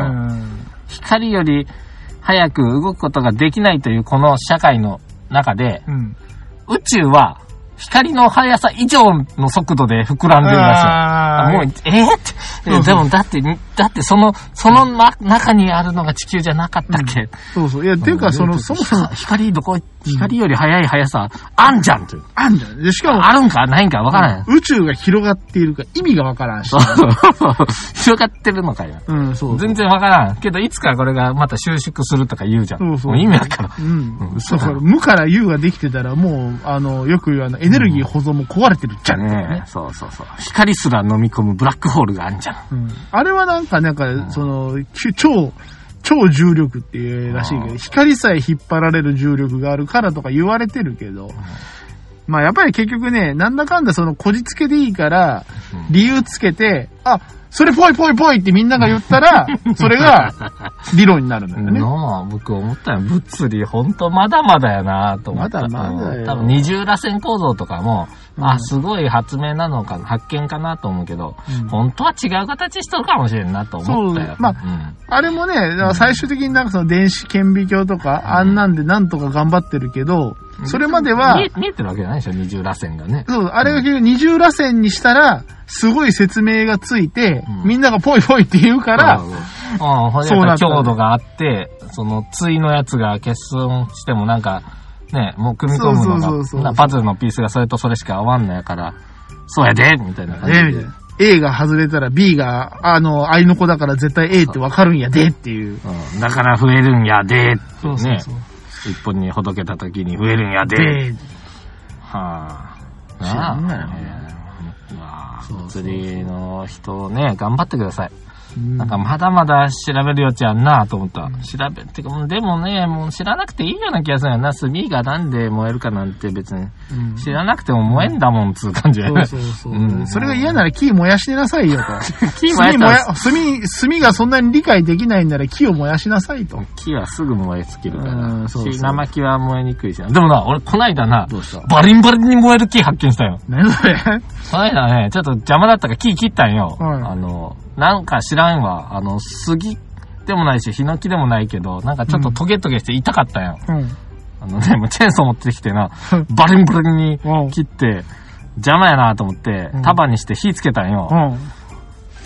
光より早く動くことができないというこの社会の中で、うん、宇宙は光の速さ以上の速度で膨らんでるらしい。もう、えー、って。そうそうでも、だって、だってその、その、ま、中にあるのが地球じゃなかったっけ、うん、 そうそう。いや、ていうか、その、そもそも。 光どこ、光より速い速さ、あんじゃんって。 あんじゃん。で、しかも。 あるんかないんかわからない。 宇宙が広がっているか意味がわからんし。 広がってるのかよ。 うん、そう。 全然わからん。けど、いつかこれがまた収縮するとか言うじゃん。そうそう。もう意味だから。 うん。うん、そうそう。無から有ができてたら、もう、あの、よく言うあの、エネルギー保存も壊れてるじゃん、ねね。そうそうそう。光すら飲み込むブラックホールがあるじゃん。 うん。あれはなんか、なんか、うん、その、超、超重力っていうらしいけど、光さえ引っ張られる重力があるからとか言われてるけど、うん、まあやっぱり結局ね、なんだかんだそのこじつけでいいから、理由つけて、うん、あ、それぽいぽいぽいってみんなが言ったら、それが理論になるんだよね。 なあ、僕思ったよ。物理ほんとまだまだやなと思った。 まだまだよ。 多分二重螺旋構造とかも、うん、あ、すごい発明なのか、発見かなと思うけど、うん、本当は違う形しとるかもしれんなと思ったよ。 そうまあ、うん、あれもね、最終的になんかその電子顕微鏡とか、うん、あんなんでなんとか頑張ってるけど、それまでは見え、見えてるわけじゃないでしょ、二重螺旋がね。 そう、あれが結局二重螺旋にしたら、すごい説明がついて、うん、みんながポイポイって言うから、 ああ、そうな強度があって、その、対のやつが欠損してもなんか、ね、もう組み込むのが、パズルのピースがそれとそれしか合わんのやから、そうやでみたいな感じで。 A が外れたら B が、あの、愛の子だから絶対 A ってわかるんやでっていう。 うん、だから増えるんやでって、ね。そうそうそう。一本にほどけた時に増えるんやで。ではぁ、あ。知らんがよね。まあ、物理の人ね、頑張ってください。うん、なんかまだまだ調べる余地あんなと思った。うん、調べってか、でもね、もう知らなくていいような気がするよな。炭がなんで燃えるかなんて別に。うん、知らなくても燃えんだもんつう感じやね。 そうそうそう。うん、それが嫌なら木燃やしなさいよと。 木燃や炭、炭がそんなに理解できないんなら木を燃やしなさいと。 木はすぐ燃え尽きるから。うん、そうそう。生木は燃えにくいし。でもな、俺こないだな、バリンバリンに燃える木発見したよ。 何それ？ こないだね、ちょっと邪魔だったから木切ったんよ。はい、あの、なんか知らんわ。あの、杉でもないし、ヒノキでもないけど、なんかちょっとトゲトゲして痛かったんよ。うん、あのね、もうチェーンソー持ってきてな、バリンバリンに切って、邪魔やなと思って、うん、束にして火つけたんよ。うん、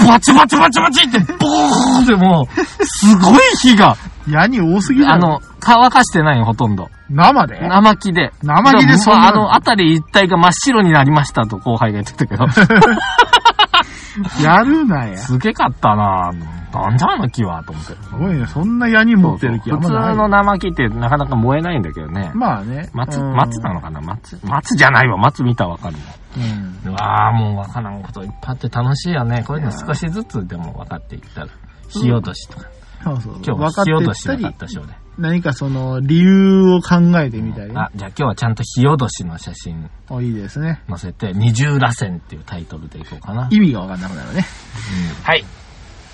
バチバチバチバチって、ボーってもう、すごい火が。 矢に多すぎる。 あの、乾かしてないよ、ほとんど。 生で生木で。 生木でそんな。 あの、あたり一帯が真っ白になりましたと後輩が言ってたけど。 やるなや。 すげかったなぁ。なんじゃあの木はと思って。 すごいね。そんな矢に持ってる木は。 普通の生木ってなかなか燃えないんだけどね。 まあね。 松、松なのかな松、松じゃないわ。松見たらわかるもん。うん。うわぁ、もうわからんこといっぱいあって楽しいよね。こういうの少しずつでも分かっていったら。火落としとか。そうそう。今日は火落としなかったしょうね。 何かその理由を考えてみたい、ね、 あ、じゃあ今日はちゃんと火落としの写真。 お、いいですね。 載せて、二重螺旋っていうタイトルでいこうかな。 意味がわかんなくなるね。 うん、はい。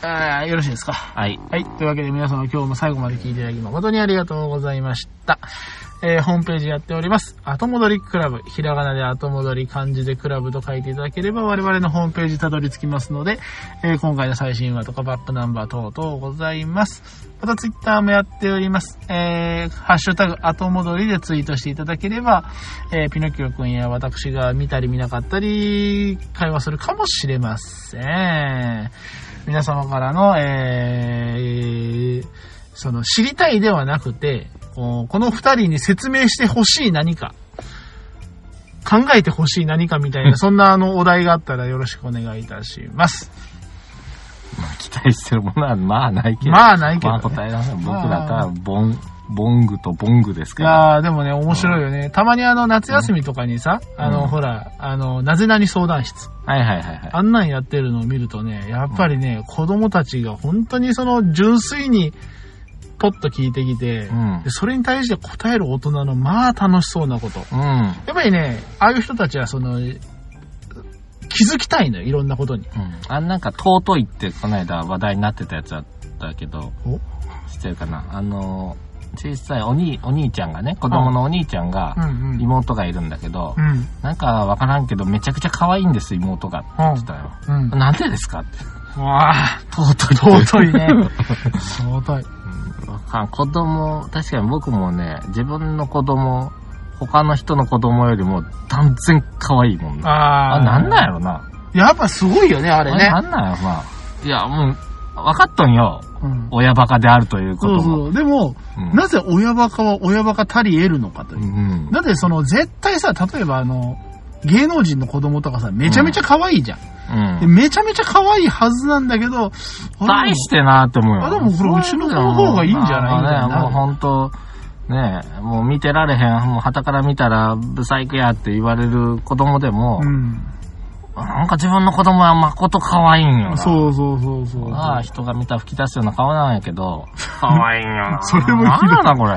あよろしいですか。 はい。 はい。というわけで皆様今日も最後まで聞いていただき誠にありがとうございました。えー、ホームページやっております。後戻りクラブ。ひらがなで後戻り、漢字でクラブと書いていただければ我々のホームページたどり着きますので、えー、今回の最新話とかバックナンバー等々ございます。またツイッターもやっております。えー、ハッシュタグ後戻りでツイートしていただければ、えー、ピノキオくんや私が見たり見なかったり、会話するかもしれません。皆様からの、えー、その知りたいではなくて、この二人に説明してほしい何か、考えてほしい何かみたいな、そんなあのお題があったらよろしくお願いいたします。 まあ、期待してるものはまあないけど。 まあないけど、ね。 まあ答えなさい。僕らからボン、ボングとボングですから。 いやーでもね、面白いよね。たまにあの夏休みとかにさ、うん、あの、ほら、あの、なぜなに相談室。 はいはいはいはい。 あんなんやってるのを見るとね、やっぱりね、うん、子供たちが本当にその純粋に、ポッと聞いてきて、うん、でそれに対して答える大人のまあ楽しそうなこと、うん、やっぱりね、ああいう人たちはその気づきたいのよ、いろんなことに、 うん、あなんか尊いってこの間話題になってたやつだったけど、知ってるかな、あの小さいお兄お兄ちゃんがね、子供のお兄ちゃんが、うんうん、妹がいるんだけど、うん、なんかわからんけどめちゃくちゃ可愛いんです妹がって言ってたよ、うんうん、なんでですかって、 わあ尊い尊いね尊い子供、確かに僕もね、自分の子供、他の人の子供よりも断然可愛いもんね。ああ、なんなんやろな。 やっぱすごいよね、あれね。 あれなんなんやろな。いや、もう、分かっとんよ。うん、親バカであるということも。そうそう。 でも、うん、なぜ親バカは親バカたり得るのかという。うん、だってその、絶対さ、例えばあの、芸能人の子供とかさ、めちゃめちゃ可愛いじゃん。うんでめちゃめちゃ可愛いはずなんだけど、 大してなーって思うよ。 あ、でもこれうちの子の方がいいんじゃないみたいな。 もうほんと、ねえ、もう見てられへん、もう旗から見たらブサイクやって言われる子供でも、うん、なんか自分の子供は誠可愛いんよな。 そうそうそうそう。 ああ、人が見たら吹き出すような顔なんやけど、可愛いんよな。 それもひどい。 なんだこれ。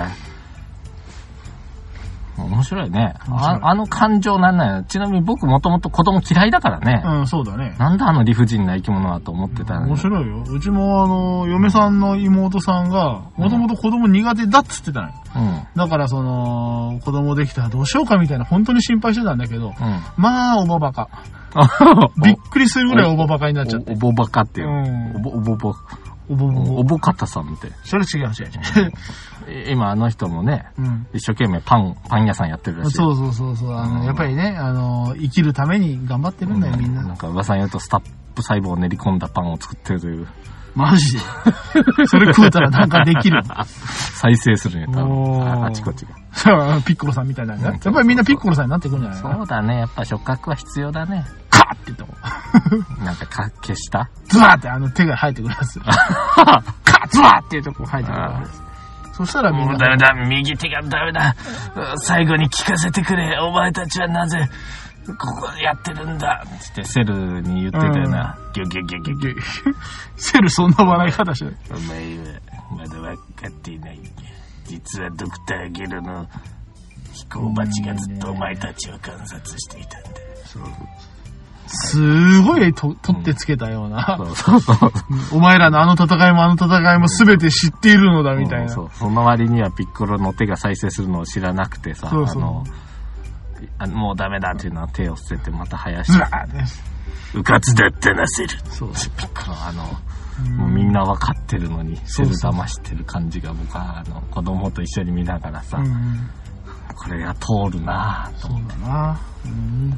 面白いね。あ, あの感情なんなんや。ちなみに僕もともと子供嫌いだからね。 うん、そうだね。 なんだあの理不尽な生き物だと思ってたのに。 面白いよ。うちもあの、嫁さんの妹さんが、もともと子供苦手だっつってたのよ。うん。だからその、子供できたらどうしようかみたいな本当に心配してたんだけど、うん、まあ、おばばか。びっくりするぐらいおばばかになっちゃって。 おぼばかっていう。うん、おぼ、おぼぼ。おぼぼおぼかたさんみたい。 それ違う違う違う。今あの人もね、うん、一生懸命パン、パン屋さんやってるらしい。 そうそうそうそう。あの、うん、やっぱりね、あの、生きるために頑張ってるんだよ、うん、みんな。 なんか噂に言うとスタップ細胞を練り込んだパンを作ってるという。 マジでそれ食うたらなんかできる再生するんや、多分。あちこちが。ピッコロさんみたいなね。やっぱりみんなピッコロさんになってくるんじゃないかな。 そうだね。やっぱ触覚は必要だね。 カーって言ったもん。なんかか消したズワーってあの手が生えてくるやつ。カーズワーって言うとこう生えてくるやつ。そしたらみんな。 もうダメだ。右手がダメだ。最後に聞かせてくれ。お前たちはなぜここでやってるんだってセルに言ってたよな。ギュギュギュギュギュ。 セルそんな笑い方してる。 お前はまだ分かっていない。実はドクターゲルの飛行鉢がずっとお前たちを観察していたんだ。そうすごいと取ってつけたような、うん、そうそうそうお前らのあの戦いもあの戦いも全て知っているのだみたいな、うん、 そうその割にはピッコロの手が再生するのを知らなくてさ、そうそう、あのあもうダメだっていうのは手を捨ててまた生やしてうかつだったなセル。そうピッコロあの、うん、もうみんな分かってるのにセル騙してる感じが僕はあの子供と一緒に見ながらさ、うん、これが通るなぁと思って。 そうだな、うん、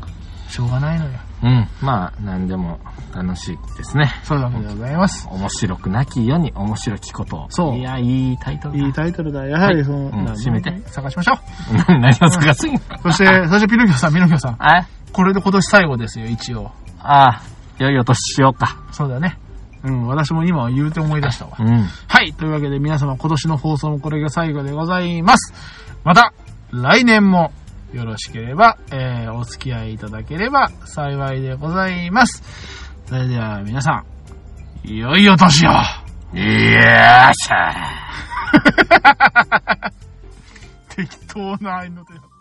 しょうがないのよ。 うん。まあ、なんでも楽しいですね。 そういうわけでございます。 面白くなき世に面白きことを。 そう。 いや、いいタイトルだ。 いいタイトルだ。やはりその、はい、 うん、締めて。 探しましょう。 何を探すんや。 そして、そしてピノキオさん、ピノキオさん。 えこれで今年最後ですよ、一応。 ああ、良いお年しようか。 そうだね。うん、私も今は言うて思い出したわ。うん。はい。というわけで皆様今年の放送もこれが最後でございます。また、来年も、よろしければ、えー、お付き合いいただければ幸いでございます。それでは皆さん、いよいよ年を。 いやーしゃー。 適当な愛の手。